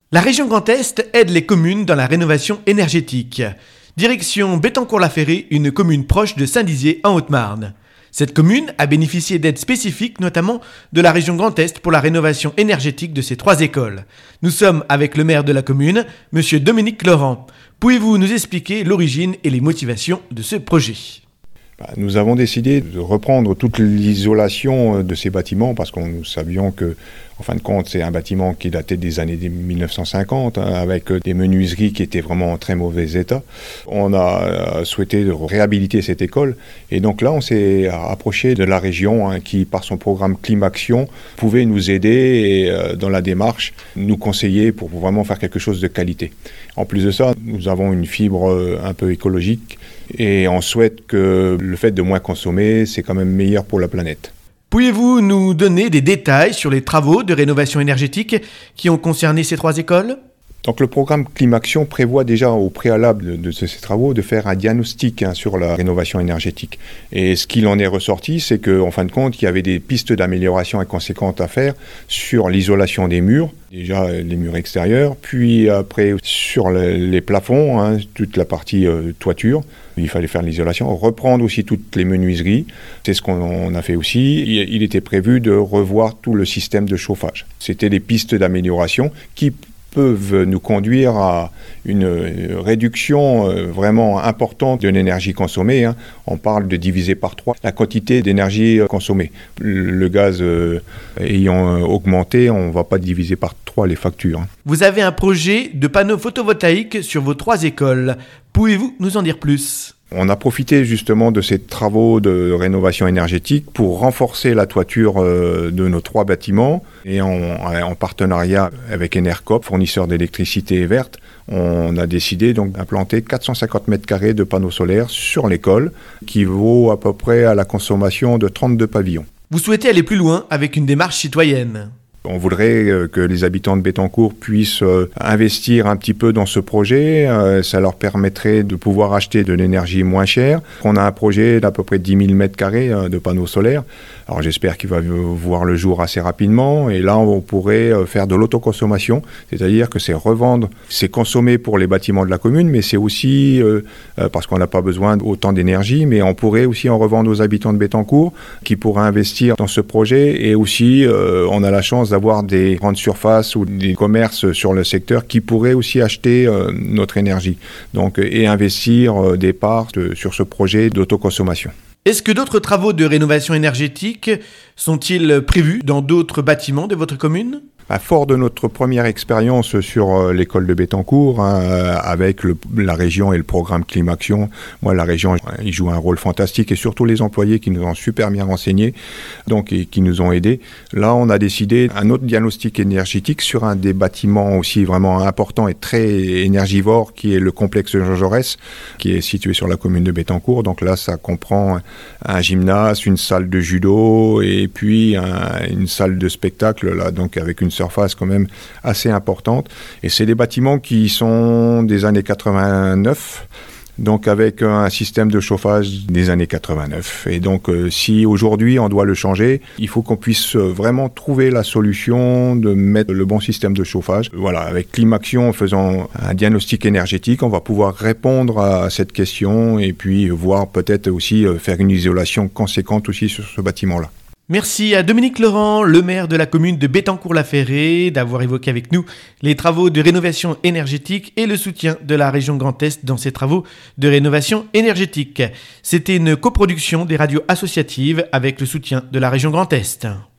La région Grand Est aide les communes dans la rénovation énergétique. Direction Bettencourt-la-Ferrée, une commune proche de Saint-Dizier en Haute-Marne. Cette commune a bénéficié d'aides spécifiques, notamment de la région Grand Est pour la rénovation énergétique de ses 3 écoles. Nous sommes avec le maire de la commune, M. Dominique Laurent. Pouvez-vous nous expliquer l'origine et les motivations de ce projet ? Nous avons décidé de reprendre toute l'isolation de ces bâtiments parce que nous savions que, en fin de compte, c'est un bâtiment qui datait des années 1950 avec des menuiseries qui étaient vraiment en très mauvais état. On a souhaité réhabiliter cette école et donc là, on s'est approché de la région qui, par son programme Climaction, pouvait nous aider et, dans la démarche, nous conseiller pour vraiment faire quelque chose de qualité. En plus de ça, nous avons une fibre un peu écologique et on souhaite que le fait de moins consommer, c'est quand même meilleur pour la planète. Pouvez-vous nous donner des détails sur les travaux de rénovation énergétique qui ont concerné ces 3 écoles ? Donc le programme Climaction prévoit déjà au préalable de ces travaux de faire un diagnostic sur la rénovation énergétique. Et ce qu'il en est ressorti, c'est qu'en fin de compte, il y avait des pistes d'amélioration conséquentes à faire sur l'isolation des murs, déjà les murs extérieurs, puis après sur les plafonds, toute la partie toiture. Il fallait faire l'isolation, reprendre aussi toutes les menuiseries. C'est ce qu'on a fait aussi. Il était prévu de revoir tout le système de chauffage. C'était des pistes d'amélioration qui peuvent nous conduire à une réduction vraiment importante de l'énergie consommée. On parle de diviser par 3 la quantité d'énergie consommée. Le gaz ayant augmenté, on ne va pas diviser par 3 les factures. Vous avez un projet de panneaux photovoltaïques sur vos 3 écoles. Pouvez-vous nous en dire plus ? On a profité justement de ces travaux de rénovation énergétique pour renforcer la toiture de nos 3 bâtiments et en partenariat avec Enercop, fournisseur d'électricité verte, on a décidé donc d'implanter 450 m² de panneaux solaires sur l'école qui vaut à peu près à la consommation de 32 pavillons. Vous souhaitez aller plus loin avec une démarche citoyenne ? On voudrait que les habitants de Bettencourt puissent investir un petit peu dans ce projet. Ça leur permettrait de pouvoir acheter de l'énergie moins chère. On a un projet d'à peu près 10 000 m² de panneaux solaires. Alors j'espère qu'il va voir le jour assez rapidement. Et là, on pourrait faire de l'autoconsommation, c'est-à-dire que c'est revendre, c'est consommer pour les bâtiments de la commune, mais c'est aussi, parce qu'on n'a pas besoin d'autant d'énergie, mais on pourrait aussi en revendre aux habitants de Bettencourt qui pourraient investir dans ce projet. Et aussi, on a la chance d'avoir des grandes surfaces ou des commerces sur le secteur qui pourraient aussi acheter notre énergie et investir des parts sur ce projet d'autoconsommation. Est-ce que d'autres travaux de rénovation énergétique sont-ils prévus dans d'autres bâtiments de votre commune ? Fort de notre première expérience sur l'école de Bettencourt, avec la région et le programme Climaction, la région il joue un rôle fantastique et surtout les employés qui nous ont super bien renseignés et qui nous ont aidés. Là, on a décidé un autre diagnostic énergétique sur un des bâtiments aussi vraiment important et très énergivore qui est le complexe Jean Jaurès, qui est situé sur la commune de Bettencourt. Donc là, ça comprend un gymnase, une salle de judo et puis une salle de spectacle avec une surface quand même assez importante. Et c'est des bâtiments qui sont des années 89, donc avec un système de chauffage des années 89. Et donc si aujourd'hui on doit le changer, il faut qu'on puisse vraiment trouver la solution de mettre le bon système de chauffage. Avec Climaction, en faisant un diagnostic énergétique, on va pouvoir répondre à cette question et puis voir peut-être aussi faire une isolation conséquente aussi sur ce bâtiment-là. Merci à Dominique Laurent, le maire de la commune de Bettencourt-la-Ferrée, d'avoir évoqué avec nous les travaux de rénovation énergétique et le soutien de la région Grand Est dans ces travaux de rénovation énergétique. C'était une coproduction des radios associatives avec le soutien de la région Grand Est.